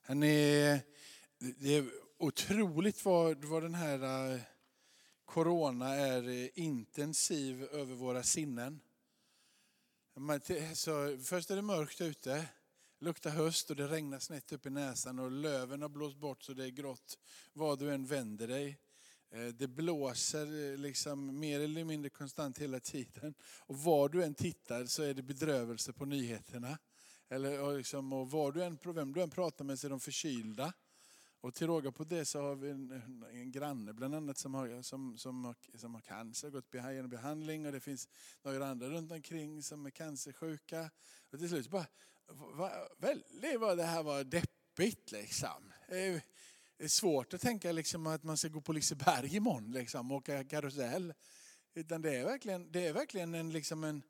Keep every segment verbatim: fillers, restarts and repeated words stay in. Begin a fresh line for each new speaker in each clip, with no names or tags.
Hörrni, det är otroligt vad, vad den här uh, corona är uh, intensiv över våra sinnen. Man, så, först är det mörkt ute, luktar höst och det regnar snett upp i näsan och löven har blåst bort så det är grått vad du än vänder dig. Det blåser liksom mer eller mindre konstant hela tiden. Och var du än tittar så är det bedrövelse på nyheterna. Eller, och liksom, och var du än, vem du än pratar med så är de förkylda. Och till råga på det så har vi en, en granne bland annat som har, som, som har, som har cancer, gått genom behandling. Och det finns några andra runt omkring som är cancersjuka. Och till slut bara, va, väldigt vad det här var deppigt liksom. Det är svårt att tänka liksom att man ska gå på Liseberg imorgon liksom, och åka karusell. Utan det är verkligen, det är verkligen en, liksom en,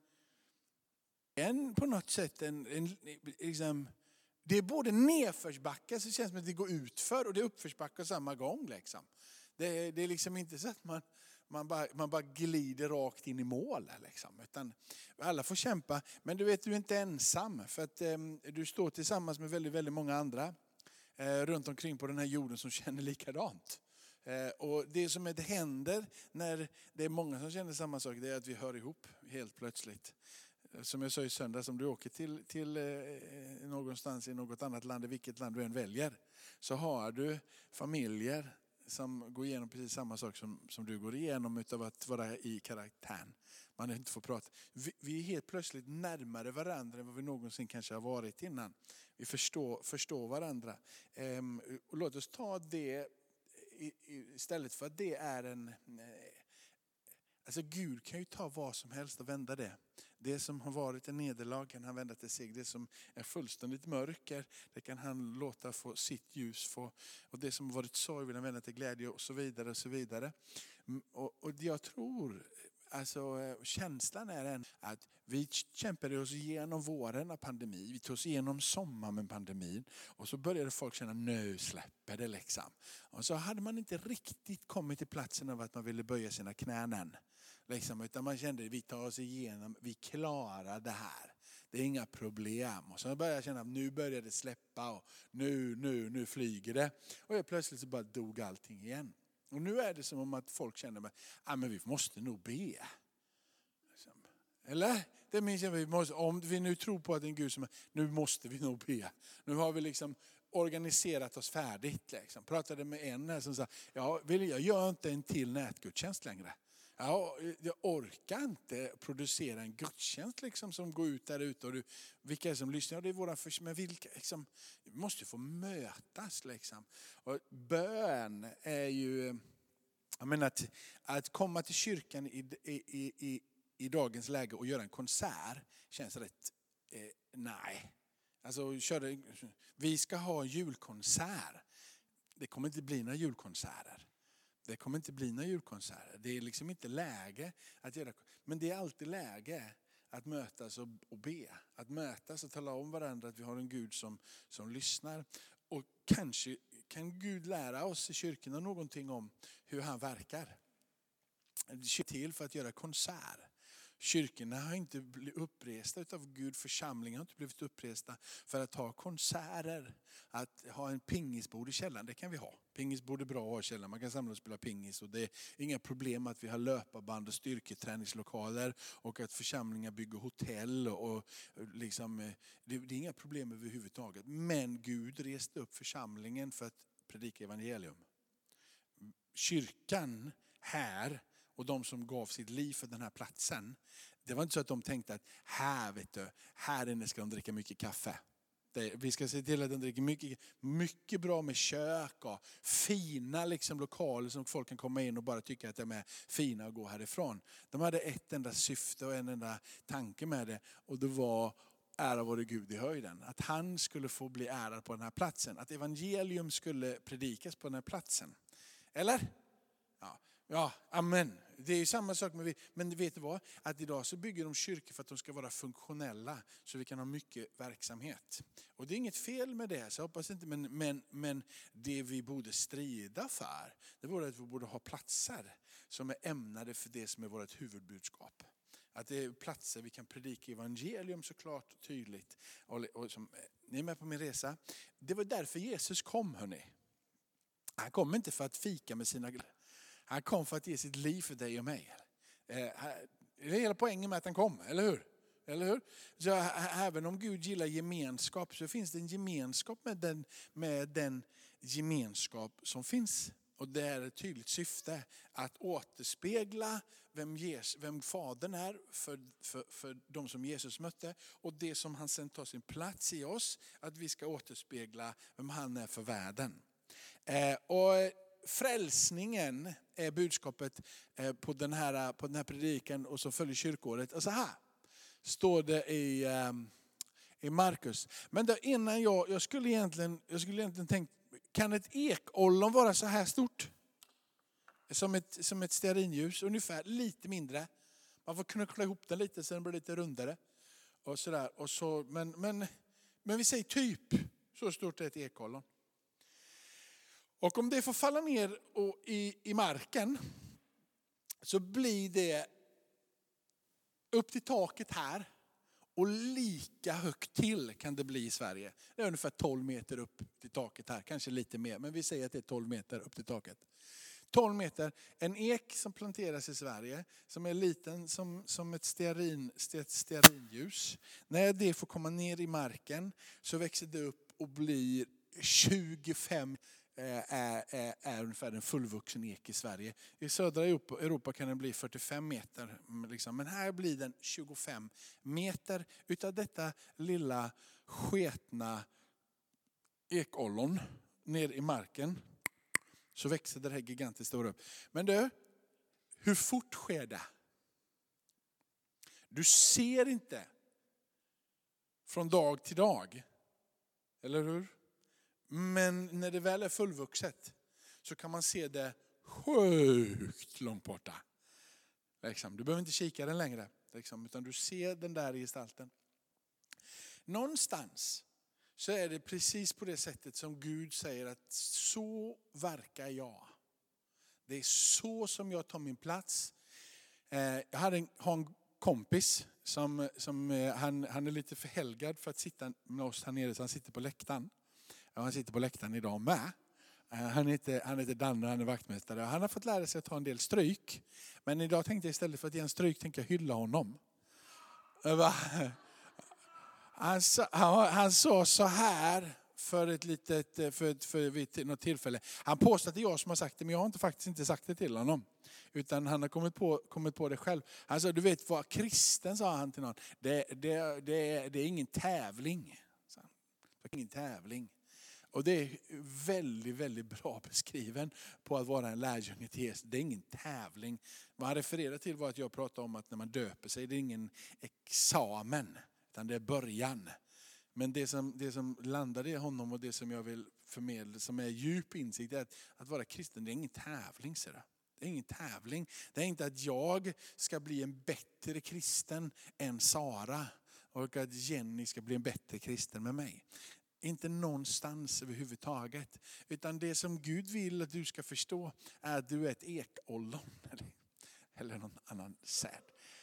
en på något sätt en, en liksom, det är både nedförsbacka så det känns som att det går utför och det är uppförsbacka samma gång. Liksom. Det, är, det är liksom inte så att man, man, bara, man bara glider rakt in i mål. Liksom. Utan alla får kämpa. Men du vet, du är inte ensam. För att eh, du står tillsammans med väldigt, väldigt många andra eh, runt omkring på den här jorden som känner likadant. Eh, och det som det händer när det är många som känner samma sak, det är att vi hör ihop helt plötsligt. Som jag sa i söndags, om du åker till, till eh, någonstans i något annat land, i vilket land du än väljer, så har du familjer som går igenom precis samma sak som, som du går igenom utav att vara i karaktären. Man inte får prata. Vi, vi är helt plötsligt närmare varandra än vad vi någonsin kanske har varit innan. Vi förstår, förstår varandra. Ehm, och låt oss ta det i, istället för att det är en... Eh, Alltså Gud kan ju ta vad som helst och vända det. Det som har varit en nederlag kan han vända till sig. Det som är fullständigt mörker, det kan han låta få sitt ljus få. Och det som har varit sorg vill han vända till glädje och så vidare och så vidare. Och, och jag tror, alltså känslan är en att vi kämpade oss igenom våren av pandemi. Vi tog oss igenom sommaren med pandemin. Och så började folk känna, nu släpper det liksom. Och så hade man inte riktigt kommit till platsen av att man ville böja sina knän än. Liksom, utan man kände att vi tar oss igenom, vi klarar det här. Det är inga problem. Och så började jag känna att nu börjar det släppa och nu, nu, nu flyger det. Och jag plötsligt så bara dog allting igen. Och nu är det som om att folk känner att ah, men vi måste nog be. Eller? Det minns jag, vi måste, om vi nu tror på att det är en Gud som är, nu måste vi nog be. Nu har vi liksom organiserat oss färdigt. Liksom. Pratade med en här som sa, ja, jag gör inte en till nätgudstjänst längre. Ja, jag orkar inte producera en gudstjänst liksom, som går ut där ute. Och du, vilka är som lyssnar? Det är våra för, men vilka liksom, vi måste få mötas. Liksom. Och bön är ju, jag menar att, att komma till kyrkan i, i, i, i dagens läge och göra en konsert känns rätt, eh, nej. Alltså, köra, vi ska ha julkonsert. Det kommer inte bli några julkonserter. Det kommer inte bli några julkonserter. Det är liksom inte läge att göra. Men det är alltid läge att mötas och, och be. Att mötas och tala om varandra att vi har en Gud som, som lyssnar. Och kanske kan Gud lära oss i kyrkan någonting om hur han verkar. Till för att göra konsert. Kyrkorna har inte blivit uppresta av Gud, församlingar har inte blivit uppresta för att ha konserter. Att ha en pingisbord i källaren, det kan vi ha. Pingisbord är bra att ha i källaren, man kan samla och spela pingis. Och det är inga problem att vi har löparband och styrketräningslokaler och att församlingar bygger hotell. Och liksom, det är inga problem överhuvudtaget. Men Gud reste upp församlingen för att predika evangelium. Kyrkan här och de som gav sitt liv för den här platsen. Det var inte så att de tänkte att här vet du, här inne ska de dricka mycket kaffe. Det, vi ska se till att de dricker mycket, mycket bra med kök och fina liksom, lokaler som folk kan komma in och bara tycka att de är fina och gå härifrån. De hade ett enda syfte och en enda tanke med det. Och det var ära vare Gud i höjden. Att han skulle få bli ärad på den här platsen. Att evangelium skulle predikas på den här platsen. Eller? Ja, ja, amen. Det är ju samma sak med vi. Men vet du vad? Att idag så bygger de kyrkor för att de ska vara funktionella. Så vi kan ha mycket verksamhet. Och det är inget fel med det. Så jag hoppas inte. Men, men, men det vi borde strida för. Det vore att vi borde ha platser som är ämnade för det som är vårt huvudbudskap. Att det är platser vi kan predika evangelium såklart tydligt. Och, och som, ni är med på min resa. Det var därför Jesus kom, hörni. Han kom inte för att fika med sina... Han kom för att ge sitt liv för dig och mig. Eh, det är hela poängen med att han kom, eller hur? Eller hur? Så även om Gud gillar gemenskap så finns det en gemenskap med den, med den gemenskap som finns. Och det är ett tydligt syfte att återspegla vem, Jesus, vem Fadern är för, för, för de som Jesus mötte. Och det som han sen tar sin plats i oss, att vi ska återspegla vem han är för världen. Eh, och frälsningen är budskapet eh, på, den här, på den här predikan och så följer kyrkåret. Och så här står det i, eh, i Markus. Men då innan jag, jag skulle egentligen, jag skulle egentligen tänkt, kan ett ekollon vara så här stort? Som ett, som ett stearinljus, ungefär lite mindre. Man får knuckla ihop den lite så den blir lite rundare. Och så där. Och så, men, men, men vi säger typ så stort är ett ekollon. Och om det får falla ner och i, i marken så blir det upp till taket här. Och lika högt till kan det bli i Sverige. Det är ungefär tolv meter upp till taket här. Kanske lite mer, men vi säger att det är tolv meter upp till taket. tolv meter. En ek som planteras i Sverige. Som är liten som, som ett stearin, ett stearinljus. När det får komma ner i marken så växer det upp och blir tjugofem Är, är, är ungefär en fullvuxen ek i Sverige. I södra Europa, Europa kan den bli fyrtiofem meter. Liksom. Men här blir den tjugofem meter utav detta lilla sketna ekollon ner i marken. Så växer det här gigantiskt stora upp. Men du, hur fort sker det? Du ser inte från dag till dag. Eller hur? Men när det väl är fullvuxet så kan man se det sjukt långt borta. Du behöver inte kika den längre, utan du ser den där i gestalten. Någonstans så är det precis på det sättet som Gud säger att så verkar jag. Det är så som jag tar min plats. Jag hade en, har en kompis som, som han, han är lite förhelgad för att sitta med oss här nere, så han sitter på läktaren. Han sitter på läktaren idag med. Han heter, han heter Danne, han är vaktmästare. Han har fått lära sig att ta en del stryk. Men idag tänkte jag istället för att ge en stryk tänkte jag hylla honom. Han sa, han sa så här för ett litet, för, för vid något tillfälle. Han påstår att det är jag som har sagt det, men jag har inte, faktiskt inte sagt det till honom. Utan han har kommit på, kommit på det själv. Han sa, du vet vad kristen, sa han till någon. Det, det, det, det är ingen tävling. Så, det är ingen tävling. Och det är väldigt, väldigt bra beskriven på att vara en lärjunge till Jesus. Det är ingen tävling. Vad han refererar till var att jag pratade om att när man döper sig, det är ingen examen, utan det är början. Men det som, det som landade i honom och det som jag vill förmedla, som är djup insikt, är att, att vara kristen, det är ingen tävling. Så det. det är ingen tävling. Det är inte att jag ska bli en bättre kristen än Sara. Och att Jenny ska bli en bättre kristen med mig. Inte någonstans överhuvudtaget. Utan det som Gud vill att du ska förstå är att du är ett ekollon. Eller, eller någon annan säd.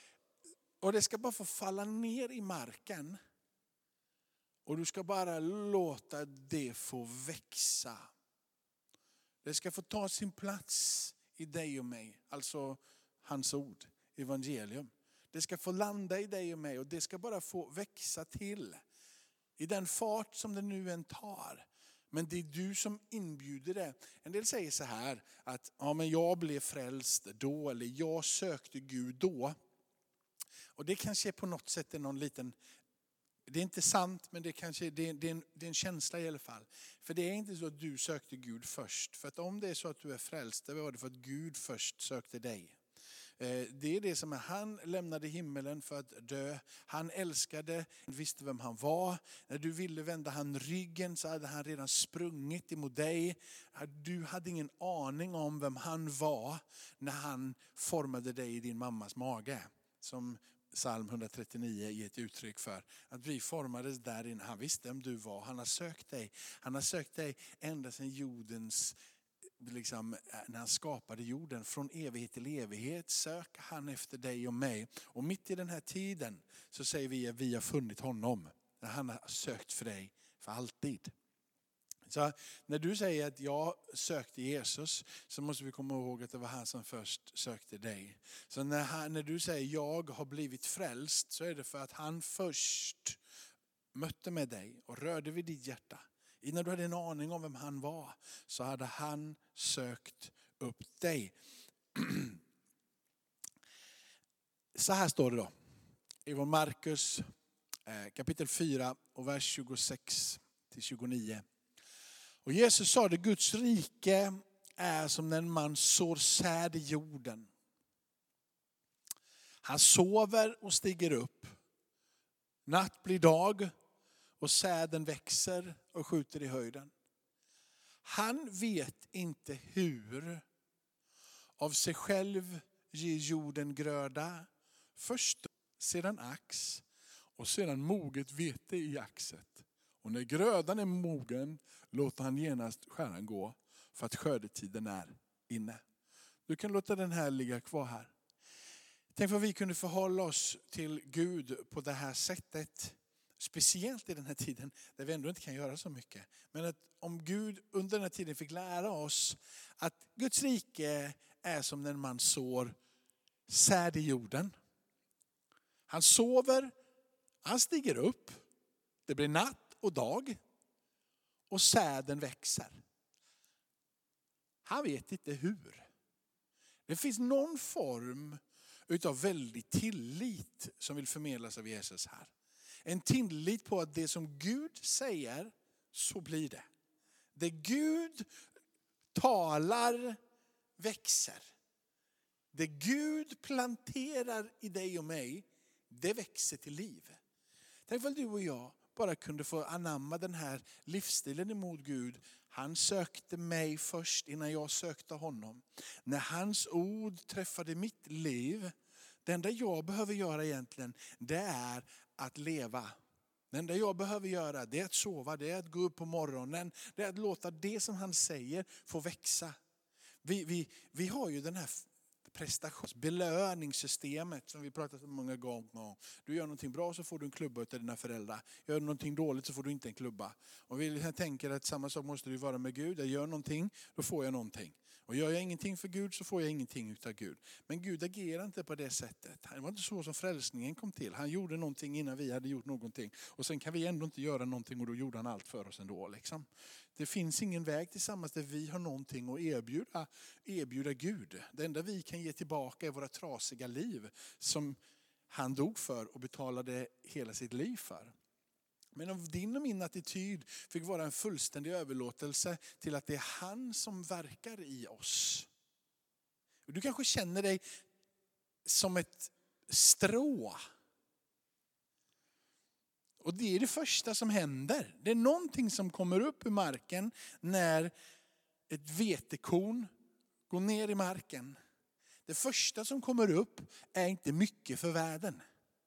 Och det ska bara få falla ner i marken. Och du ska bara låta det få växa. Det ska få ta sin plats i dig och mig. Alltså hans ord, evangelium. Det ska få landa i dig och mig. Och det ska bara få växa till. I den fart som det nu än tar. Men det är du som inbjuder det. En del säger så här att ja, men jag blev frälst då. Eller jag sökte Gud då. Och det kanske på något sätt är någon liten... Det är inte sant, men det, kanske, det, är, det, är en, det är en känsla i alla fall. För det är inte så att du sökte Gud först. För att om det är så att du är frälst, det var det för att Gud först sökte dig. Det är det som är, han lämnade himmelen för att dö. Han älskade, visste vem han var. När du ville vända han ryggen så hade han redan sprungit emot dig. Du hade ingen aning om vem han var när han formade dig i din mammas mage. Som psalm etthundratrettionio ger ett uttryck för. Att vi formades där inne. Han visste vem du var. Han har sökt dig. Han har sökt dig ända sedan jordens liksom, när han skapade jorden, från evighet till evighet söker han efter dig och mig. Och mitt i den här tiden så säger vi att vi har funnit honom. När han har sökt för dig för alltid. Så när du säger att jag sökte Jesus, så måste vi komma ihåg att det var han som först sökte dig. Så när, han, när du säger jag har blivit frälst, så är det för att han först mötte med dig och rörde vid ditt hjärta. Innan du hade en aning om vem han var, så hade han sökt upp dig. Så här står det då. I vår Markus kapitel fyra och vers tjugosex till tjugonio. Och Jesus sa det, Guds rike är som när en man sår säd i jorden. Han sover och stiger upp. Natt blir dag och säden växer och skjuter i höjden. Han vet inte hur av sig själv ger jorden gröda. Först sedan ax och sedan moget vete i axet. Och när grödan är mogen låter han genast skäran gå för att skördetiden är inne. Du kan låta den här ligga kvar här. Tänk vad vi kunde förhålla oss till Gud på det här sättet. Speciellt i den här tiden där vi ändå inte kan göra så mycket. Men att om Gud under den här tiden fick lära oss att Guds rike är som när man sår säd i jorden. Han sover, han stiger upp, det blir natt och dag och säden växer. Han vet inte hur. Det finns någon form utav väldig tillit som vill förmedlas av Jesus här. En tillit på att det som Gud säger, så blir det. Det Gud talar växer. Det Gud planterar i dig och mig, det växer till liv. Tänk om du och jag bara kunde få anamma den här livsstilen emot Gud. Han sökte mig först innan jag sökte honom. När hans ord träffade mitt liv, det enda jag behöver göra egentligen, det är att leva. Det enda jag behöver göra, det är att sova, det är att gå upp på morgonen. Det är att låta det som han säger få växa. Vi, vi, vi har ju den här prestations, belöningssystemet som vi pratat om många gånger. Du gör någonting bra så får du en klubba av dina föräldrar. Gör du någonting dåligt så får du inte en klubba. Och vi tänker att samma sak måste det vara med Gud. Jag gör någonting, då får jag någonting. Och gör jag ingenting för Gud så får jag ingenting utav Gud. Men Gud agerar inte på det sättet. Det var inte så som frälsningen kom till. Han gjorde någonting innan vi hade gjort någonting. Och sen kan vi ändå inte göra någonting och då gjorde han allt för oss ändå. Liksom. Det finns ingen väg tillsammans där vi har någonting att erbjuda, erbjuda Gud. Det enda vi kan ge tillbaka är våra trasiga liv som han dog för och betalade hela sitt liv för. Men om din och min attityd fick vara en fullständig överlåtelse till att det är han som verkar i oss. Du kanske känner dig som ett strå. Och det är det första som händer. Det är någonting som kommer upp i marken när ett vetekorn går ner i marken. Det första som kommer upp är inte mycket för världen.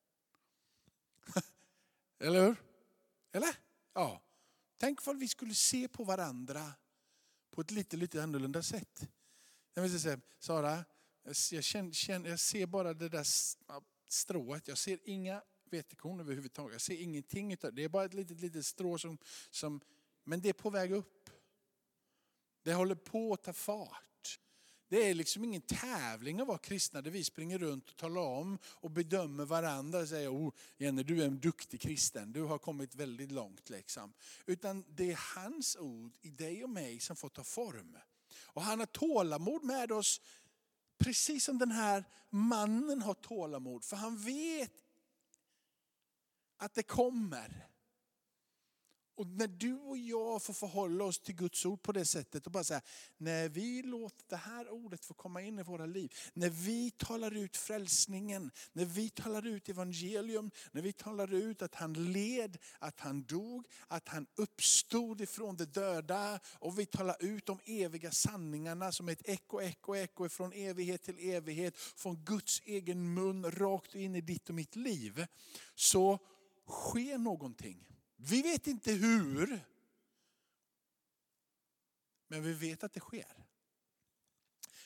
Eller hur? Eller? Ja. Tänk om vi skulle se på varandra på ett lite, lite annorlunda sätt. Jag vill säga, Sara, jag, känner, känner, jag ser bara det där strået. Jag ser inga vetekorn överhuvudtaget. Jag ser ingenting utav det. Det är bara ett litet, litet strå som, som, men det är på väg upp. Det håller på att ta fart. Det är liksom ingen tävling att vara kristna där vi springer runt och talar om och bedömer varandra och säger, oh Jenny, du är en duktig kristen, du har kommit väldigt långt liksom. Utan det är hans ord i dig och mig som får ta form. Och han har tålamod med oss precis som den här mannen har tålamod. För han vet att det kommer. Och när du och jag får förhålla oss till Guds ord på det sättet och bara säga, när vi låter det här ordet få komma in i våra liv, när vi talar ut frälsningen, när vi talar ut evangelium, när vi talar ut att han led, att han dog, att han uppstod ifrån de döda och vi talar ut de eviga sanningarna som ett eko, eko, eko från evighet till evighet, från Guds egen mun rakt in i ditt och mitt liv, så sker någonting. Vi vet inte hur, men vi vet att det sker.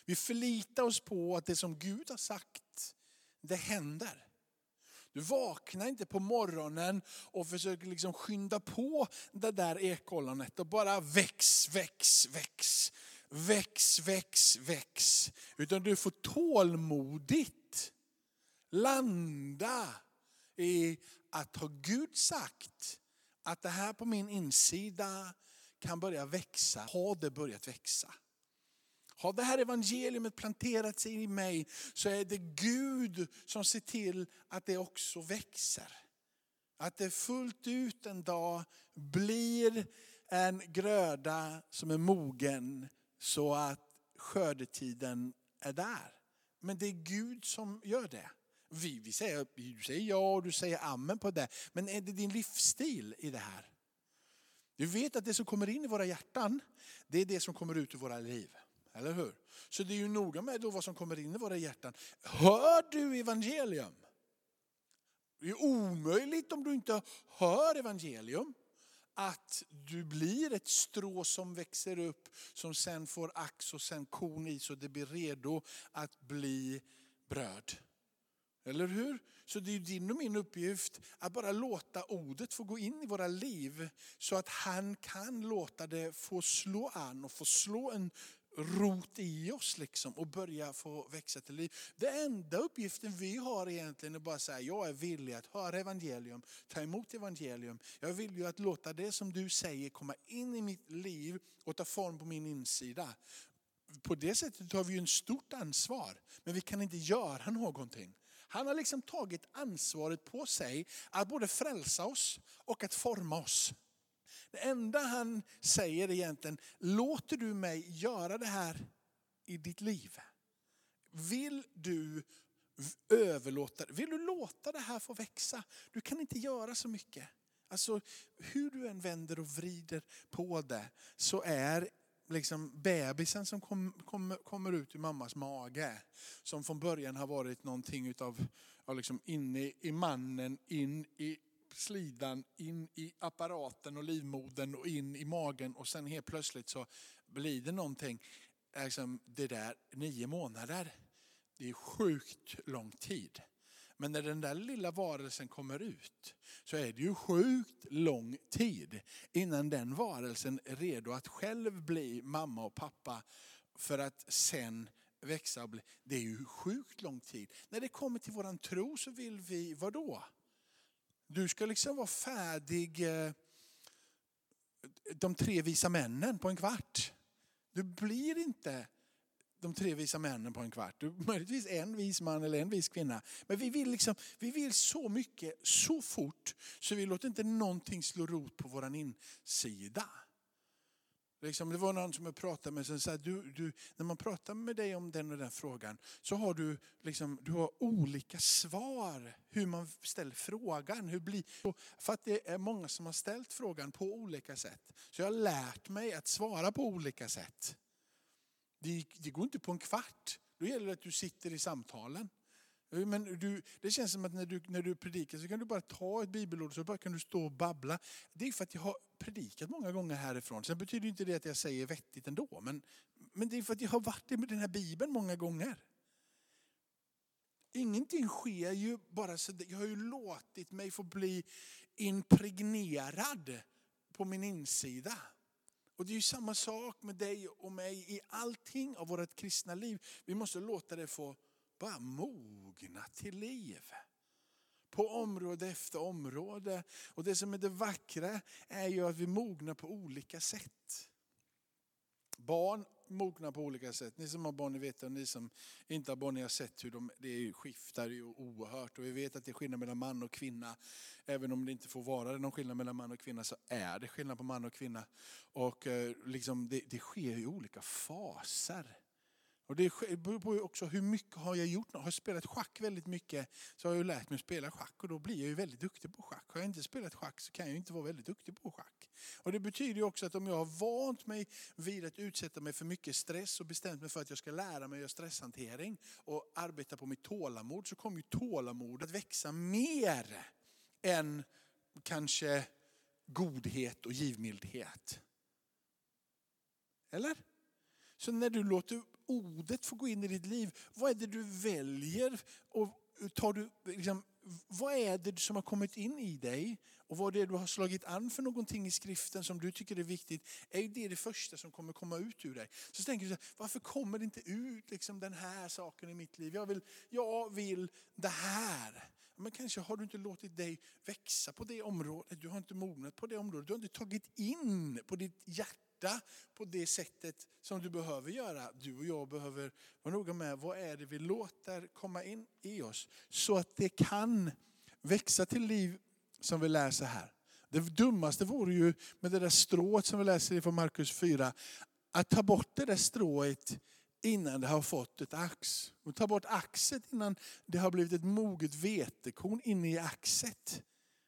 Vi förlitar oss på att det som Gud har sagt, det händer. Du vaknar inte på morgonen och försöker liksom skynda på det där ekollonet och bara väx, väx, väx. Väx, väx, väx. Utan du får tålmodigt landa i att ha Gud sagt att det här på min insida kan börja växa. Har det börjat växa? Har det här evangeliet planterat sig i mig, så är det Gud som ser till att det också växer. Att det fullt ut en dag blir en gröda som är mogen så att skördetiden är där. Men det är Gud som gör det. Vi, vi säger, du säger ja och du säger amen på det. Men är det din livsstil i det här? Du vet att det som kommer in i våra hjärtan, det är det som kommer ut i våra liv. Eller hur? Så det är ju noga med då vad som kommer in i våra hjärtan. Hör du evangelium? Det är omöjligt om du inte hör evangelium att du blir ett strå som växer upp, som sen får ax och sen korn i så det blir redo att bli bröd. Eller hur? Så det är din och min uppgift att bara låta ordet få gå in i våra liv så att han kan låta det få slå an och få slå en rot i oss liksom och börja få växa till liv. Det enda uppgiften vi har egentligen är bara att säga, jag är villig att höra evangelium, ta emot evangelium. Jag vill ju att låta det som du säger komma in i mitt liv och ta form på min insida. På det sättet har vi ju en stort ansvar, men vi kan inte göra någonting. Han har liksom tagit ansvaret på sig att både frälsa oss och att forma oss. Det enda han säger egentligen, låter du mig göra det här i ditt liv? Vill du överlåta, vill du låta det här få växa? Du kan inte göra så mycket. Alltså hur du än vänder och vrider på det, så är liksom bebisen som kom, kom, kommer ut ur mammas mage, som från början har varit någonting utav, ja, liksom inne i mannen, in i slidan, in i apparaten och livmodern och in i magen, och sen helt plötsligt så blir det någonting. Liksom det där nio månader, det är sjukt lång tid. Men när den där lilla varelsen kommer ut så är det ju sjukt lång tid innan den varelsen är redo att själv bli mamma och pappa för att sen växa och bli. Det är ju sjukt lång tid. När det kommer till våran tro så vill vi, vad då? Du ska liksom vara färdig de tre visa männen på en kvart. Du blir inte de tre visa männen på en kvart. Du möjligtvis en vis man eller en vis kvinna. Men vi vill, liksom, vi vill så mycket, så fort, så vi låter inte någonting slå rot på våran insida. Liksom, det var någon som jag pratade med som sa, du, du, när man pratar med dig om den och den frågan så har du, liksom, du har olika svar hur man ställer frågan. Hur blir, för att det är många som har ställt frågan på olika sätt. Så jag har lärt mig att svara på olika sätt. Det, det går inte på en kvart. Då gäller det att du sitter i samtalen. Men du, det känns som att när du, när du predikar så kan du bara ta ett bibelord så bara kan du stå och babbla. Det är för att jag har predikat många gånger härifrån. Sen betyder inte det att jag säger vettigt ändå. Men, men det är för att jag har varit med den här bibeln många gånger. Ingenting sker ju bara så. Jag har ju låtit mig få bli impregnerad på min insida. Och det är ju samma sak med dig och mig i allting av vårt kristna liv. Vi måste låta det få bara mogna till liv. På område efter område. Och det som är det vackra är ju att vi mognar på olika sätt. Barn mognar på olika sätt. Ni som har barn, ni vet, och ni som inte har barn, ni har sett hur de, det skiftar ju oerhört. Och vi vet att det är skillnad mellan man och kvinna. Även om det inte får vara någon skillnad mellan man och kvinna så är det skillnad på man och kvinna. Och liksom det, det sker i olika faser. Och det beror på också hur mycket har jag gjort. Har jag spelat schack väldigt mycket så har jag lärt mig att spela schack. Och då blir jag ju väldigt duktig på schack. Har jag inte spelat schack så kan jag inte vara väldigt duktig på schack. Och det betyder ju också att om jag har vant mig vid att utsätta mig för mycket stress och bestämt mig för att jag ska lära mig att göra stresshantering och arbeta på mitt tålamod, så kommer ju tålamod att växa mer än kanske godhet och givmildhet. Eller? Så när du låter ordet får gå in i ditt liv. Vad är det du väljer? Och tar du, liksom, vad är det som har kommit in i dig? Och vad det är du har slagit an för någonting i skriften som du tycker är viktigt. Är det det första som kommer komma ut ur dig? Så tänker du, varför kommer det inte ut liksom, den här saken i mitt liv? Jag vill, jag vill det här. Men kanske har du inte låtit dig växa på det området. Du har inte mognat på det området. Du har inte tagit in på ditt hjärta på det sättet som du behöver göra. Du och jag behöver vara noga med vad är det vi låter komma in i oss. Så att det kan växa till liv som vi läser här. Det dummaste vore ju med det där strået som vi läser från Markus fyra. Att ta bort det där strået innan det har fått ett ax. Och ta bort axet innan det har blivit ett moget vetekorn inne i axet.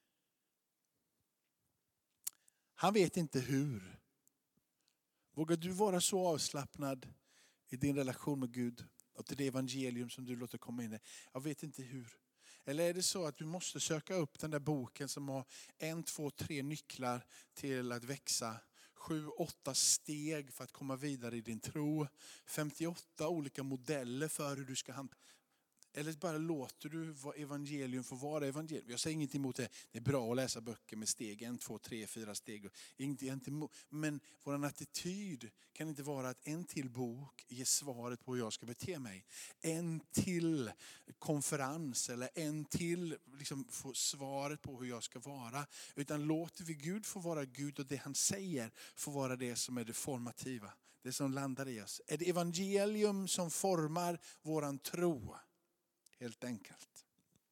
Han vet inte hur. Vågar du vara så avslappnad i din relation med Gud och till det evangelium som du låter komma in i? Jag vet inte hur. Eller är det så att du måste söka upp den där boken som har en, två, tre nycklar till att växa? Sju, åtta steg för att komma vidare i din tro. femtioåtta olika modeller för hur du ska hantera. Eller bara låter du vad evangelium får vara evangelium. Jag säger inget emot det. Det är bra att läsa böcker med steg. En, två, tre, fyra steg. Inte, inte emot. Men vår attityd kan inte vara att en till bok ger svaret på hur jag ska bete mig. En till konferens eller en till liksom, få svaret på hur jag ska vara. Utan låter vi Gud få vara Gud och det han säger får vara det som är det formativa. Det som landar i oss. Är det evangelium som formar våran tro? Helt enkelt.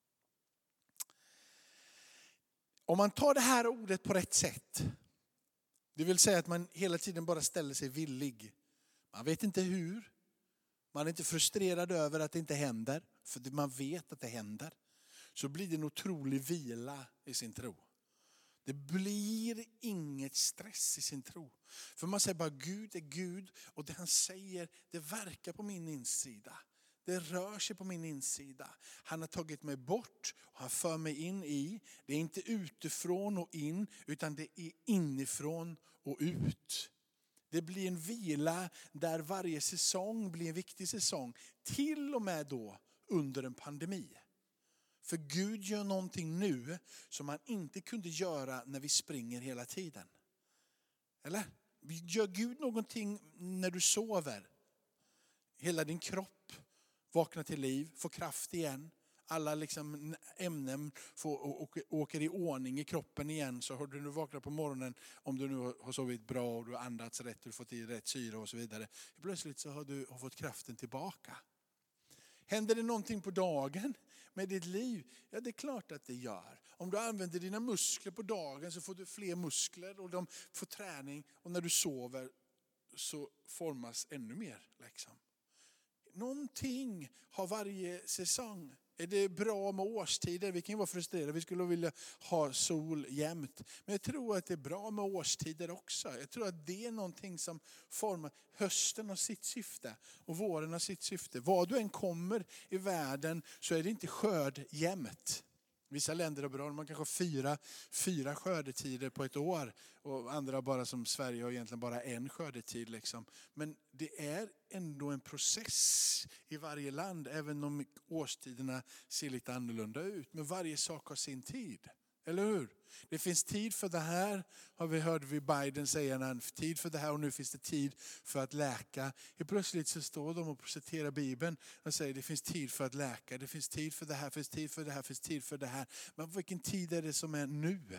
Om man tar det här ordet på rätt sätt. Det vill säga att man hela tiden bara ställer sig villig. Man vet inte hur. Man är inte frustrerad över att det inte händer. För man vet att det händer. Så blir det en otrolig vila i sin tro. Det blir inget stress i sin tro. För man säger bara Gud är Gud. Och det han säger det verkar på min insida. Det rör sig på min insida. Han har tagit mig bort och han för mig in i. Det är inte utifrån och in utan det är inifrån och ut. Det blir en vila där varje säsong blir en viktig säsong. Till och med då under en pandemi. För Gud gör någonting nu som han inte kunde göra när vi springer hela tiden. Eller? Gör Gud någonting när du sover? Hela din kropp vaknar till liv, får kraft igen. Alla liksom ämnen får, åker, åker i ordning i kroppen igen. Så har du nu vaknat på morgonen, om du nu har sovit bra och du har andats rätt och du har fått i rätt syre och så vidare. Plötsligt så har du har fått kraften tillbaka. Händer det någonting på dagen med ditt liv? Ja, det är klart att det gör. Om du använder dina muskler på dagen så får du fler muskler och de får träning. Och när du sover så formas ännu mer liksom. Någonting har varje säsong. Är det bra med årstider? Vi kan ju vara frustrerade. Vi skulle vilja ha sol jämt. Men jag tror att det är bra med årstider också. Jag tror att det är någonting som formar. Hösten har sitt syfte. Och våren har sitt syfte. Var du än kommer i världen så är det inte skörd jämt. Vissa länder är bra. Man kanske har fyra, fyra skördetider på ett år. Och andra bara som Sverige har egentligen bara en skördetid. Liksom. Men det är ändå en process i varje land. Även om årstiderna ser lite annorlunda ut. Men varje sak har sin tid. Eller hur? Det finns tid för det här. Har vi hört vid Biden säga en tid för det här. Och nu finns det tid för att läka. Helt plötsligt så står de och citerar Bibeln. Och säger det finns tid för att läka. Det finns tid för det här. Det finns tid för det här. Det finns tid för det här. Men vilken tid är det som är nu?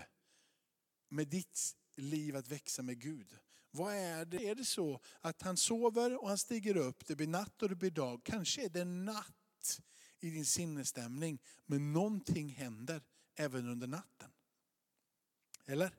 Med ditt liv att växa med Gud. Vad är det? Är det så att han sover och han stiger upp. Det blir natt och det blir dag. Kanske är det natt i din sinnesstämning. Men någonting händer även under natten. Eller?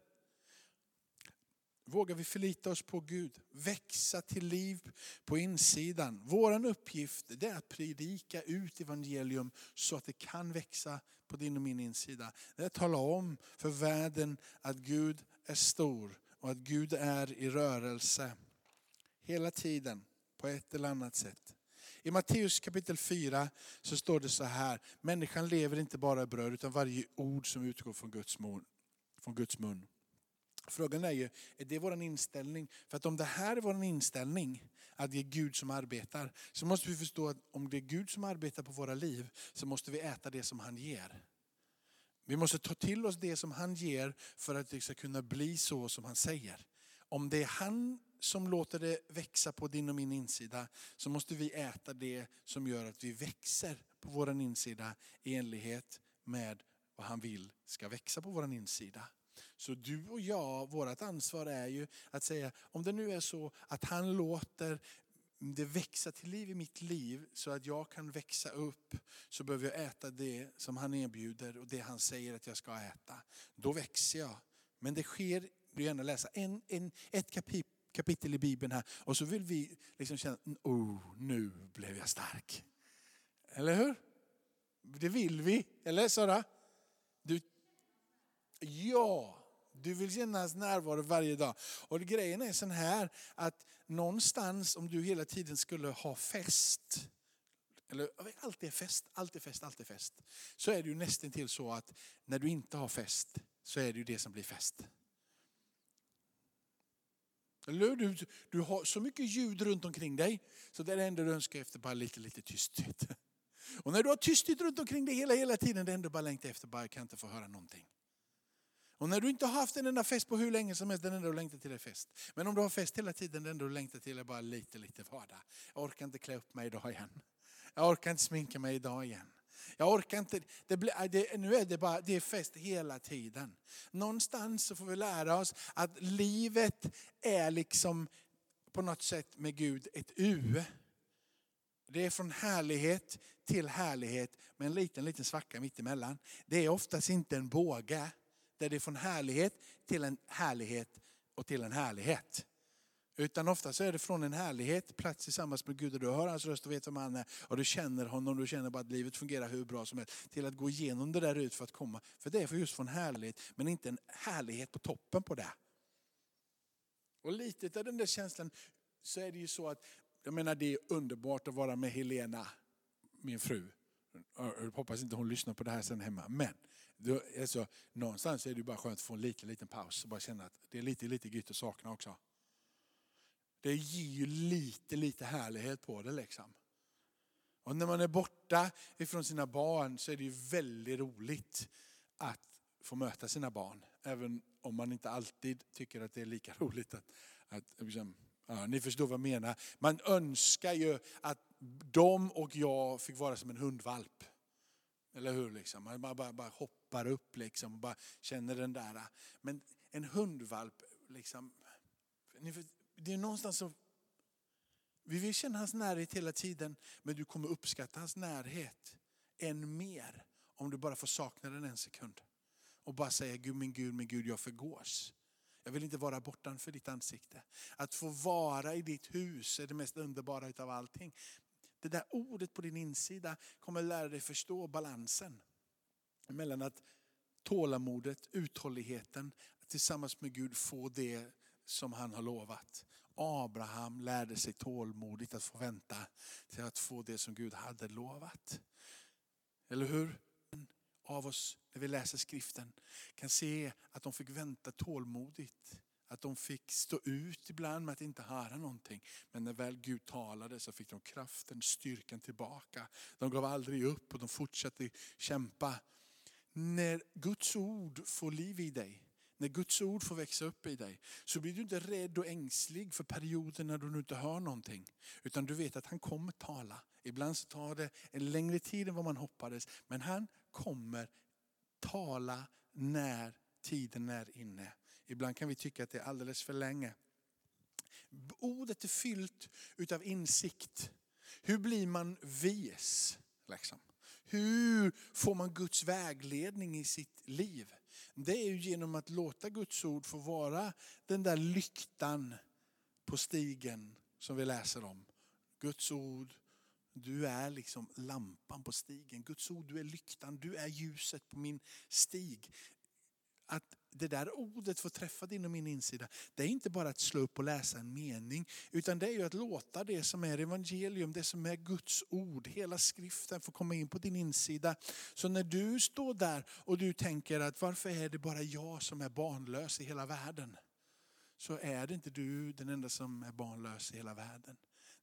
Vågar vi förlita oss på Gud? Växa till liv på insidan. Våran uppgift är att predika ut evangelium så att det kan växa på din och min insida. Det är att tala om för världen att Gud är stor och att Gud är i rörelse. Hela tiden på ett eller annat sätt. I Matteus kapitel fyra så står det så här. Människan lever inte bara av bröd utan varje ord som utgår från Guds mun. Från Guds mun. Frågan är ju, är det vår inställning? För att om det här är vår inställning, att det är Gud som arbetar, så måste vi förstå att om det är Gud som arbetar på våra liv, så måste vi äta det som han ger. Vi måste ta till oss det som han ger för att det ska kunna bli så som han säger. Om det är han som låter det växa på din och min insida, så måste vi äta det som gör att vi växer på vår insida i enlighet med vad han vill ska växa på vår insida. Så du och jag, vårt ansvar är ju att säga, om det nu är så att han låter det växa till liv i mitt liv så att jag kan växa upp, så behöver jag äta det som han erbjuder och det han säger att jag ska äta. Då växer jag. Men det sker, du gärna läsa en, en, ett kapitel, kapitel i Bibeln här, och så vill vi liksom känna, oh, nu blev jag stark. Eller hur? Det vill vi, eller Sara? Du, ja, du vill känna hans närvaro varje dag. Och grejen är sån här, att någonstans om du hela tiden skulle ha fest, eller alltid är fest, alltid fest, alltid fest, så är det ju nästan till så att när du inte har fest, så är det ju det som blir fest. Eller du, du har så mycket ljud runt omkring dig, så det är det enda du önskar efter bara lite, lite tysthet. Och när du har tysthet runt omkring dig hela, hela tiden, det enda du bara längtar efter, bara jag kan inte få höra någonting. Och när du inte har haft en enda fest på hur länge som helst, den enda du längtar till är fest. Men om du har fest hela tiden, den enda du längtar till är bara lite, lite vardag. Jag orkar inte klä upp mig idag igen. Jag orkar inte sminka mig idag igen. Jag orkar inte, det blir, det, nu är det bara, det är fest hela tiden. Någonstans så får vi lära oss att livet är liksom på något sätt med Gud ett U. Det är från härlighet till härlighet med en liten, liten svacka mitt emellan. Det är oftast inte en båge. Där det är från härlighet till en härlighet och till en härlighet. Utan ofta så är det från en härlighet, plats tillsammans med Gud, och du hör hans röst och vet vem han är. Och du känner honom, du känner bara att livet fungerar hur bra som helst. Till att gå igenom det där ut för att komma. För det är för just från härlighet, men inte en härlighet på toppen på det. Och lite av den där känslan, så är det ju så att, jag menar det är underbart att vara med Helena, min fru. Jag hoppas inte hon lyssnar på det här sen hemma. Men då är så, någonstans är det bara skönt att få en liten, liten paus. Och bara känna att det är lite, lite gött att sakna också. Det ger ju lite, lite härlighet på det liksom. Och när man är borta ifrån sina barn, så är det ju väldigt roligt att få möta sina barn. Även om man inte alltid tycker att det är lika roligt att, att liksom, ja, ni förstår vad jag menar. Man önskar ju att de och jag fick vara som en hundvalp. Eller hur liksom? Man bara, bara, bara hoppar upp liksom och bara känner den där. Men en hundvalp liksom, det är någonstans så, vi vill känna hans närhet hela tiden, men du kommer uppskatta hans närhet än mer om du bara får sakna den en sekund. Och bara säga, Gud min Gud, min Gud, jag förgås. Jag vill inte vara bortanför ditt ansikte. Att få vara i ditt hus är det mest underbara utav allting. Det där ordet på din insida kommer lära dig förstå balansen mellan att tålamodet, uthålligheten, att tillsammans med Gud få det som han har lovat. Abraham lärde sig tålmodigt att få vänta till att få det som Gud hade lovat. Eller hur? Av oss, när vi läser skriften, kan se att de fick vänta tålmodigt. Att de fick stå ut ibland med att inte höra någonting. Men när väl Gud talade så fick de kraften, styrkan tillbaka. De gav aldrig upp och de fortsatte kämpa. När Guds ord får liv i dig, när Guds ord får växa upp i dig, så blir du inte rädd och ängslig för perioder när du inte hör någonting. Utan du vet att han kommer tala. Ibland så tar det en längre tid än vad man hoppades. Men han kommer tala när tiden är inne. Ibland kan vi tycka att det är alldeles för länge. Ordet är fyllt utav insikt. Hur blir man vis? Liksom? Hur får man Guds vägledning i sitt liv? Det är ju genom att låta Guds ord få vara den där lyktan på stigen som vi läser om. Guds ord, du är liksom lampan på stigen. Guds ord, du är lyktan, du är ljuset på min stig. Att det där ordet får träffa din och min insida, det är inte bara att slå upp och läsa en mening, utan det är ju att låta det som är evangelium, det som är Guds ord, hela skriften får komma in på din insida. Så när du står där och du tänker att varför är det bara jag som är barnlös i hela världen? Så är det inte du den enda som är barnlös i hela världen.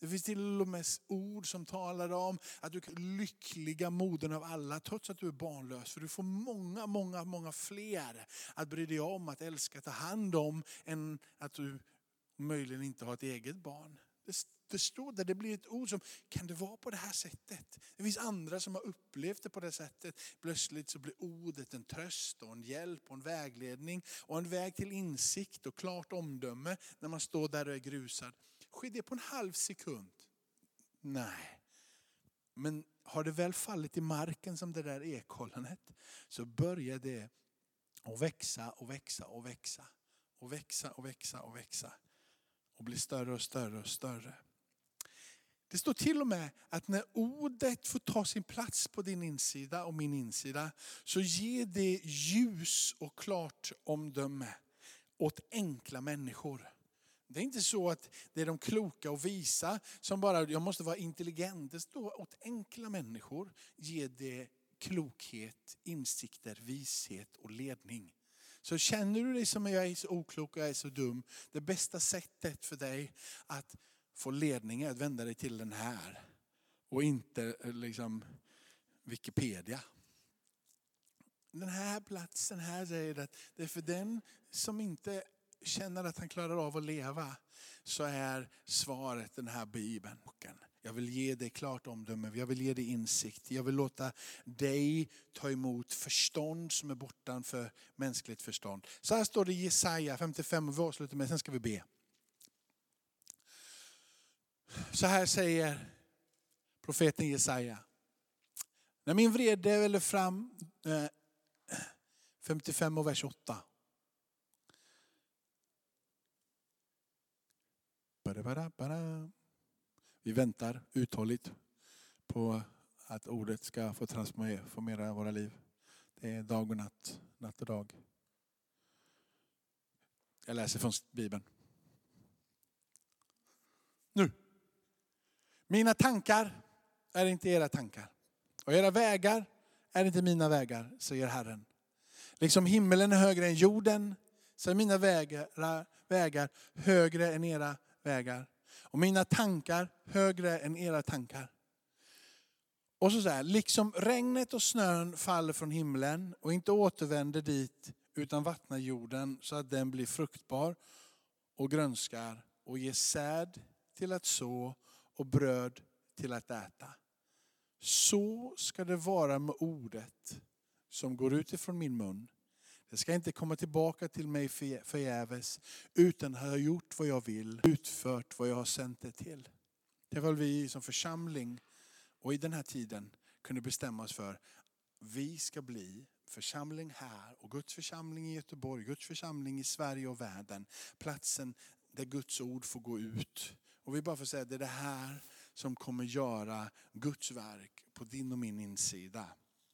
Det finns till och med ord som talar om att du är lyckliga modern av alla, trots att du är barnlös. För du får många, många, många fler att bry dig om, att älska, ta hand om, än att du möjligen inte har ett eget barn. Det, det står där, det blir ett ord som, kan det vara på det här sättet? Det finns andra som har upplevt det på det sättet. Plötsligt så blir ordet en tröst och en hjälp och en vägledning och en väg till insikt och klart omdöme när man står där och är grusad. Sker det på en halv sekund? Nej. Men har det väl fallit i marken som det där ekollonet, så börjar det att växa och växa och växa. Och växa och växa och växa. Och bli större och större och större. Det står till och med att när ordet får ta sin plats på din insida och min insida, så ger det ljus och klart omdöme åt enkla människor. Det är inte så att det är de kloka och visa som bara, jag måste vara intelligent. Det står åt enkla människor ger det klokhet, insikter, vishet och ledning. Så känner du dig som jag är så oklok och jag är så dum, det bästa sättet för dig att få ledning är att vända dig till den här. Och inte liksom Wikipedia. Den här platsen här säger att det är för den som inte känner att han klarar av att leva, så är svaret den här Bibeln. Jag vill ge dig klart omdöme, jag vill ge dig insikt. Jag vill låta dig ta emot förstånd som är bortanför mänskligt förstånd. Så här står det i Jesaja femtiofem, och vi avslutar med, sen ska vi be. Så här säger profeten Jesaja. När min vrede väller fram, femtiofem och vers åtta. Vi väntar uthålligt på att ordet ska få transformera våra liv. Det är dag och natt, natt och dag. Jag läser från Bibeln. Nu. Mina tankar är inte era tankar. Och era vägar är inte mina vägar, säger Herren. Liksom himmelen är högre än jorden, så är mina vägar, vägar högre än era vägar. Och mina tankar högre än era tankar. Och så säger, liksom regnet och snön faller från himlen och inte återvänder dit utan vattnar jorden så att den blir fruktbar och grönskar och ger säd till att så och bröd till att äta. Så ska det vara med ordet som går ut ifrån min mun. Det ska inte komma tillbaka till mig förgäves, utan har gjort vad jag vill, utfört vad jag har sänt det till. Det var vi som församling och i den här tiden kunde bestämma oss för, vi ska bli församling här och Guds församling i Göteborg, Guds församling i Sverige och världen. Platsen där Guds ord får gå ut. Och vi bara får säga att det är det här som kommer göra Guds verk på din och min insida.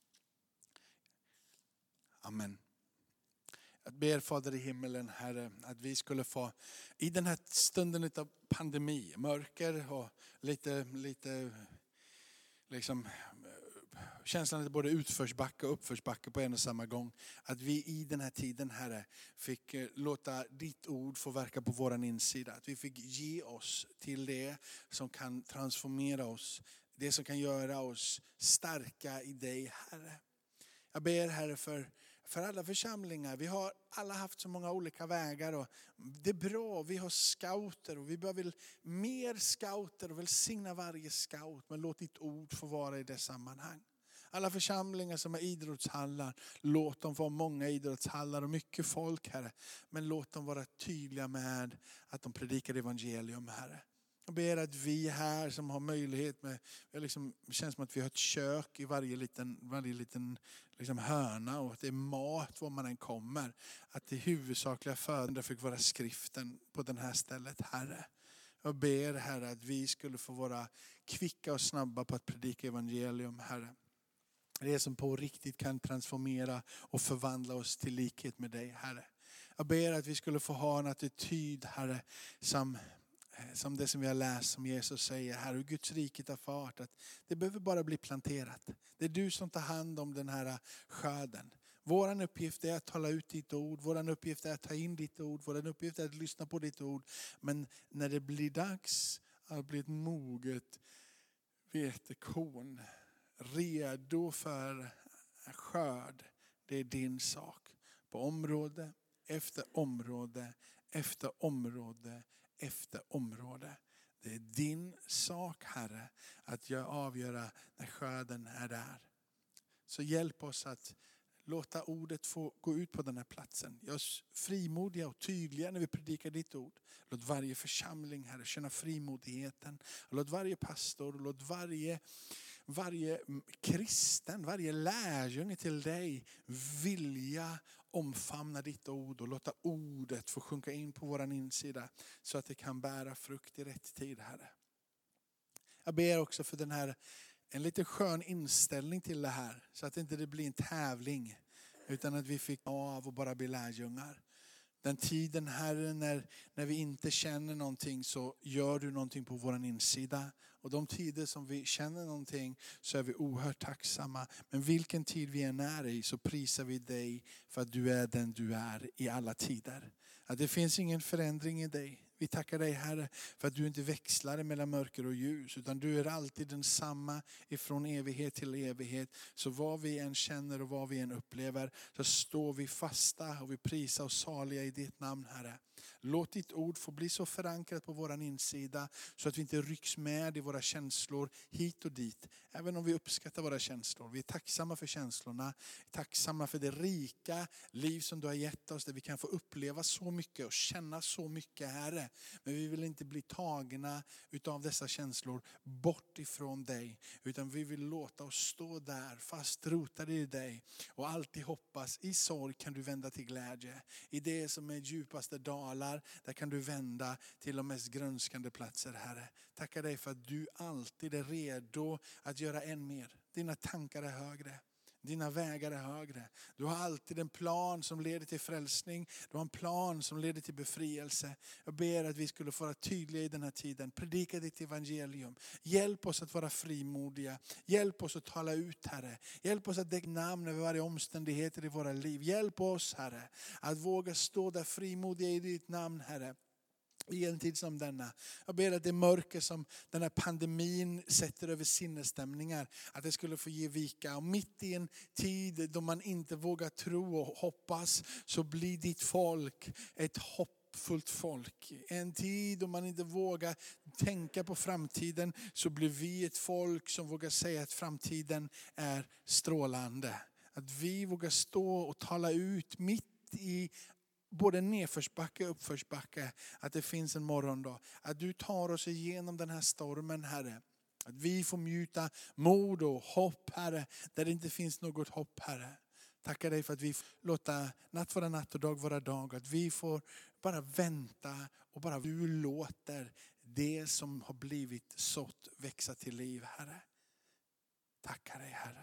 Amen. Jag ber Fader i himmelen, Herre, att vi skulle få i den här stunden av pandemi, mörker och lite, lite liksom, känslan att både utförsbacke och uppförsbacke på en och samma gång. Att vi i den här tiden, Herre, fick låta ditt ord få verka på våran insida. Att vi fick ge oss till det som kan transformera oss. Det som kan göra oss starka i dig, Herre. Jag ber, Herre, för För alla församlingar. Vi har alla haft så många olika vägar. Och det är bra. Vi har scouter. Och vi behöver mer scouter. Och välsigna varje scout. Men låt ditt ord få vara i det sammanhang. Alla församlingar som har idrottshallar. Låt dem få många idrottshallar. Och mycket folk, Herre. Men låt dem vara tydliga med att de predikar evangelium, Herre. Jag ber att vi här som har möjlighet med, liksom, det känns som att vi har ett kök i varje liten, varje liten liksom, hörna och att det är mat var man än kommer. Att det huvudsakliga födan fick vara skriften på det här stället, Herre. Jag ber, Herre, att vi skulle få vara kvicka och snabba på att predika evangelium, Herre. Det som på riktigt kan transformera och förvandla oss till likhet med dig, Herre. Jag ber att vi skulle få ha en attityd, Herre, som... Som det som vi har läst, som Jesus säger här, hur Guds rike tar fart. Att det behöver bara bli planterat. Det är du som tar hand om den här skörden. Vår uppgift är att tala ut ditt ord. Vår uppgift är att ta in ditt ord. Vår uppgift är att lyssna på ditt ord. Men när det blir dags att bli ett moget vetekorn. Redo för skörd. Det är din sak. På område efter område efter område efter område. Det är din sak, Herre, att jag avgöra när skörden är där. Så hjälp oss att låta ordet få gå ut på den här platsen. Gör oss frimodiga och tydliga när vi predikar ditt ord. Låt varje församling, Herre, känna frimodigheten. Låt varje pastor, låt varje, varje kristen, varje lärjunge till dig vilja omfamna ditt ord och låta ordet få sjunka in på våran insida så att det kan bära frukt i rätt tid, Herre. Jag ber också för den här en lite skön inställning till det här. Så att det inte blir en tävling. Utan att vi fick av och bara bli lärjungar. Den tiden, Herre, när, när vi inte känner någonting så gör du någonting på våran insida. Och de tider som vi känner någonting så är vi oerhört tacksamma. Men vilken tid vi än är i så prisar vi dig för att du är den du är i alla tider. Att det finns ingen förändring i dig. Vi tackar dig, Herre, för att du inte växlar mellan mörker och ljus. Utan du är alltid densamma ifrån evighet till evighet. Så vad vi än känner och vad vi än upplever så står vi fasta och vi prisar och saliga i ditt namn, Herre. Låt ditt ord få bli så förankrat på våran insida så att vi inte rycks med i våra känslor hit och dit. Även om vi uppskattar våra känslor. Vi är tacksamma för känslorna. Tacksamma för det rika liv som du har gett oss. Där vi kan få uppleva så mycket och känna så mycket, Herre. Men vi vill inte bli tagna utav dessa känslor bort ifrån dig. Utan vi vill låta oss stå där fast rotade i dig. Och alltid hoppas, i sorg kan du vända till glädje. I det som är djupaste dalar, där kan du vända till de mest grönskande platser, Herre. Tackar dig för att du alltid är redo att göra än mer. Dina tankar är högre. Dina vägar är högre. Du har alltid en plan som leder till frälsning. Du har en plan som leder till befrielse. Jag ber att vi skulle få vara tydliga i den här tiden. Predika ditt evangelium. Hjälp oss att vara frimodiga. Hjälp oss att tala ut, Herre. Hjälp oss att däcka namn över varje omständigheter i våra liv. Hjälp oss, Herre, att våga stå där frimodiga i ditt namn, Herre. I en tid som denna. Jag ber att det mörker som den här pandemin sätter över sinnesstämningar, att det skulle få ge vika. Och mitt i en tid då man inte vågar tro och hoppas, så blir ditt folk ett hoppfullt folk. En tid då man inte vågar tänka på framtiden, så blir vi ett folk som vågar säga att framtiden är strålande. Att vi vågar stå och tala ut mitt i både nedförsbacke och uppförsbacke, att det finns en morgondag. Att du tar oss igenom den här stormen, Herre. Att vi får mjuta mod och hopp, Herre, där det inte finns något hopp, Herre. Tackar dig för att vi får låta natt vara natt och dag vara dag. Att vi får bara vänta och bara du låter det som har blivit sått växa till liv, Herre. Tackar dig, Herre.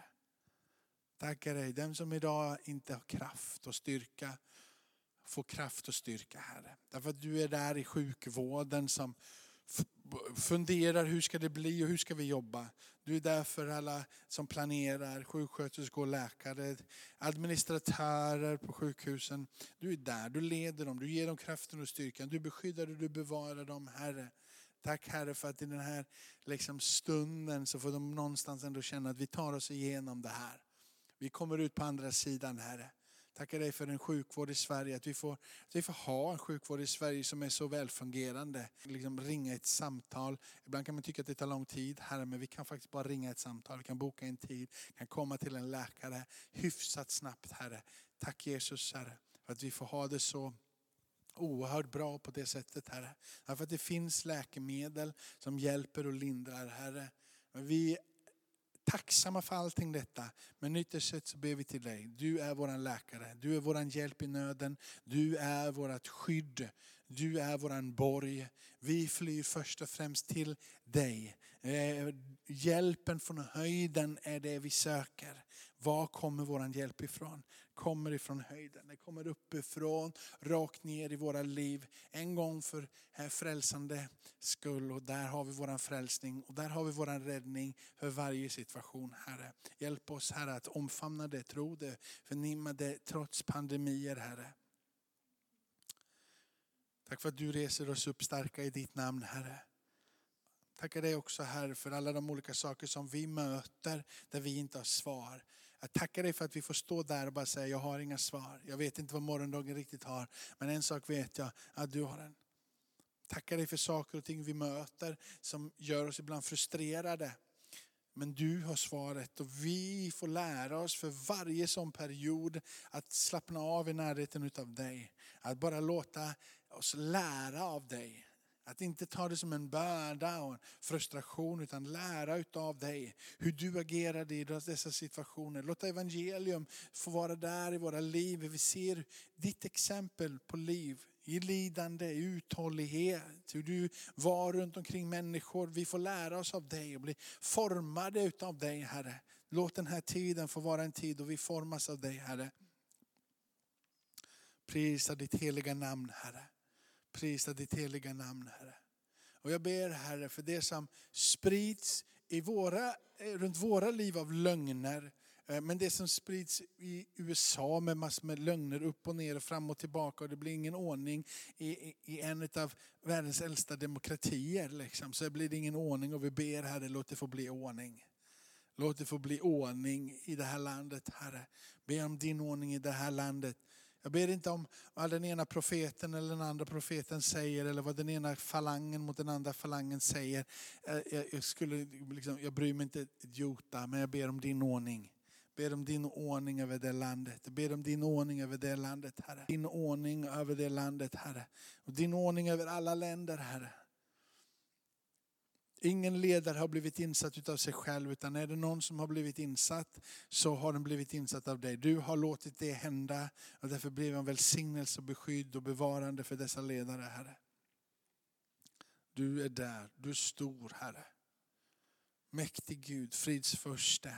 Tackar dig, den som idag inte har kraft och styrka, få kraft och styrka, Herre. Därför att du är där i sjukvården som f- funderar hur ska det bli och hur ska vi jobba. Du är där för alla som planerar, sjuksköterskor och läkare, administratörer på sjukhusen. Du är där, du leder dem, du ger dem kraften och styrkan. Du beskyddar och du bevarar dem, Herre. Tack, Herre, för att i den här liksom stunden så får de någonstans ändå känna att vi tar oss igenom det här. Vi kommer ut på andra sidan, Herre. Tackar dig för en sjukvård i Sverige. Att vi får, att vi får ha en sjukvård i Sverige som är så välfungerande. Liksom ringa ett samtal. Ibland kan man tycka att det tar lång tid, Herre, men vi kan faktiskt bara ringa ett samtal. Vi kan boka en tid. Kan komma till en läkare hyfsat snabbt, Herre. Tack Jesus, Herre, för att vi får ha det så oerhört bra på det sättet, Herre. Därför att det finns läkemedel som hjälper och lindrar, Herre. Men vi tacksamma för allting detta. Men ytterst sett så ber vi till dig. Du är våran läkare. Du är våran hjälp i nöden. Du är vårat skydd. Du är våran borg. Vi flyr först och främst till dig. Eh, hjälpen från höjden är det vi söker. Var kommer våran hjälp ifrån? Kommer ifrån höjden. Det kommer uppifrån, rakt ner i våra liv. En gång för här frälsande skull. Och där har vi våran frälsning. Och där har vi våran räddning för varje situation, Herre. Hjälp oss, Herre, att omfamna det, tro det, förnimma det trots pandemier, Herre. Tack för att du reser oss upp starka i ditt namn, Herre. Tackar dig också, Herre, för alla de olika saker som vi möter där vi inte har svar. Jag tackar dig för att vi får stå där och bara säga, jag har inga svar. Jag vet inte vad morgondagen riktigt har, men en sak vet jag, att du har den. Tackar dig för saker och ting vi möter som gör oss ibland frustrerade. Men du har svaret och vi får lära oss för varje sån period att slappna av i närheten utav dig. Att bara låta oss lära av dig. Att inte ta det som en börda och en frustration, utan lära utav dig hur du agerade i dessa situationer. Låta evangelium få vara där i våra liv. Vi ser ditt exempel på liv, i lidande, i uthållighet. Hur du var runt omkring människor. Vi får lära oss av dig och bli formade utav dig, Herre. Låt den här tiden få vara en tid då vi formas av dig, Herre. Prisa ditt heliga namn, Herre. Prisa ditt heliga namn, Herre. Och jag ber, Herre, för det som sprids i våra, runt våra liv av lögner. Men det som sprids i U S A med massor med lögner upp och ner och fram och tillbaka. Och det blir ingen ordning i, i, i en av världens äldsta demokratier. Liksom. Så blir det ingen ordning och vi ber, Herre, låt det få bli ordning. Låt det få bli ordning i det här landet, Herre. Be om din ordning i det här landet. Jag ber inte om vad den ena profeten eller den andra profeten säger. Eller vad den ena falangen mot den andra falangen säger. Jag, jag, skulle, liksom, jag bryr mig inte ett jota, men jag ber om din ordning. Ber om din ordning över det landet. Jag ber om din ordning över det landet, Herre. Din ordning över det landet, Herre. Och din ordning över alla länder, Herre. Ingen ledare har blivit insatt utav sig själv, utan är det någon som har blivit insatt så har den blivit insatt av dig. Du har låtit det hända och därför blir en välsignelse och beskydd och bevarande för dessa ledare, Herre. Du är där, du är stor, Herre. Mäktig Gud, frids förste.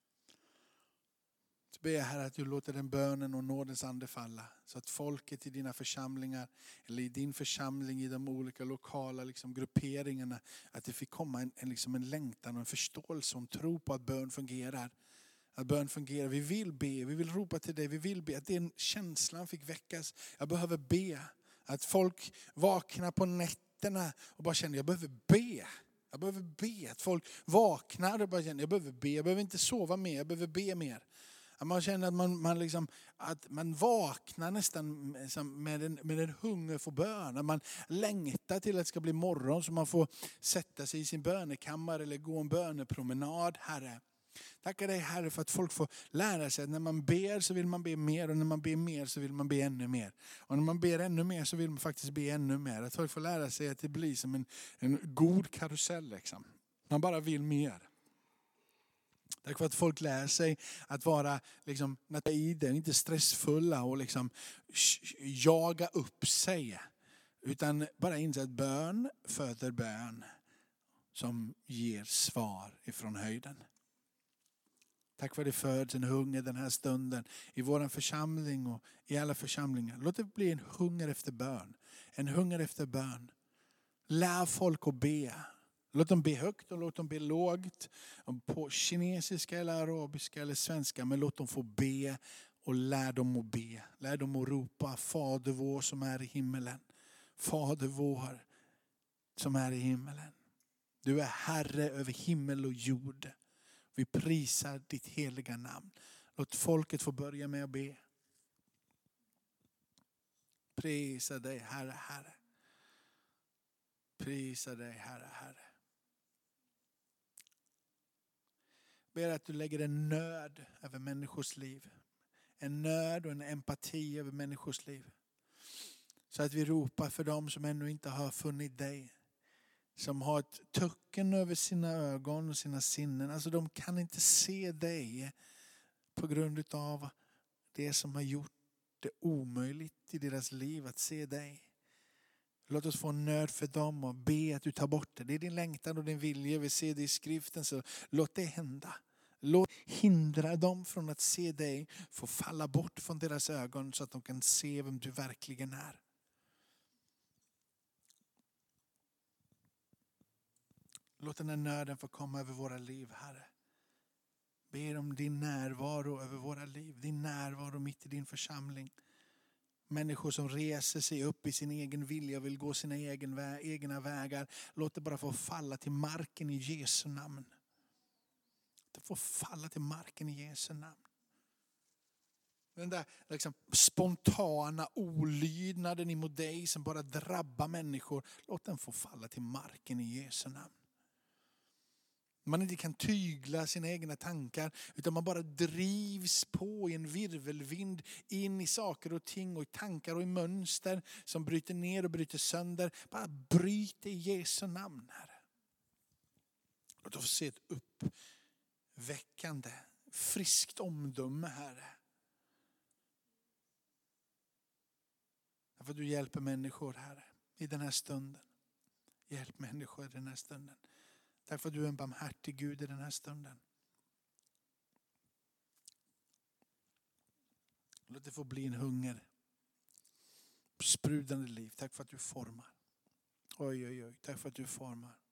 Så ber jag, Herre, att du låter den bönen och nådens ande falla. Så att folket i dina församlingar, eller i din församling, i de olika lokala liksom, grupperingarna, att det fick komma en, en, liksom en längtan och en förståelse och en tro på att bön fungerar. Att bön fungerar. Vi vill be, vi vill ropa till dig, vi vill be. Att den känslan fick väckas. Jag behöver be. Att folk vaknar på nätterna och bara känner, jag behöver be. Jag behöver be. Att folk vaknar och bara känner, jag behöver be. Jag behöver inte sova mer, jag behöver be mer. Att man känner att man, man, liksom, att man vaknar nästan med en, med en hunger för bön. Att man längtar till att det ska bli morgon så man får sätta sig i sin bönekammare eller gå en bönepromenad, Herre. Tackar dig, Herre, för att folk får lära sig att när man ber så vill man be mer, och när man ber mer så vill man be ännu mer. Och när man ber ännu mer så vill man faktiskt be ännu mer. Att folk får lära sig att det blir som en, en god karusell. Liksom. Man bara vill mer. Tack för att folk lär sig att vara liksom, i det, inte stressfulla och liksom, jaga upp sig. Utan bara inse att bön föder bön som ger svar ifrån höjden. Tack för att det föds en hunger den här stunden i vår församling och i alla församlingar. Låt det bli en hunger efter bön. En hunger efter bön. Lär folk att be. Låt dem be högt och låt dem be lågt. På kinesiska eller arabiska eller svenska. Men låt dem få be och lär dem att be. Lär dem att ropa Fader vår som är i himmelen. Fader vår som är i himmelen. Du är Herre över himmel och jord. Vi prisar ditt heliga namn. Låt folket få börja med att be. Prisa dig, Herre, Herre. Prisa dig, Herre, Herre. Ber att du lägger en nöd över människors liv. En nöd och en empati över människors liv. Så att vi ropar för dem som ännu inte har funnit dig. Som har ett töcken över sina ögon och sina sinnen. Alltså de kan inte se dig på grund av det som har gjort det omöjligt i deras liv att se dig. Låt oss få en nöd för dem och be att du tar bort det. Det är din längtan och din vilja. Vi ser det i skriften, så låt det hända. Låt hindra dem från att se dig, få falla bort från deras ögon så att de kan se vem du verkligen är. Låt den här nöden få komma över våra liv, Herre. Ber om din närvaro över våra liv. Din närvaro mitt i din församling. Människor som reser sig upp i sin egen vilja och vill gå sina egen vä- egna vägar. Låt det bara få falla till marken i Jesu namn. Det får falla till marken i Jesu namn. Den där liksom spontana olydnaden emot dig som bara drabbar människor. Låt den få falla till marken i Jesu namn. Man inte kan tygla sina egna tankar utan man bara drivs på i en virvelvind in i saker och ting och i tankar och i mönster som bryter ner och bryter sönder. Bara bryt det i Jesu namn, Herre. Låt oss se ett uppväckande, friskt omdöme, Herre. Därför du hjälper människor, Herre, i den här stunden. Hjälp människor i den här stunden. Tack för att du är en barmhärtig Gud i den här stunden. Låt det få bli en hunger. Sprudande liv. Tack för att du formar. Oj, oj, oj. Tack för att du formar.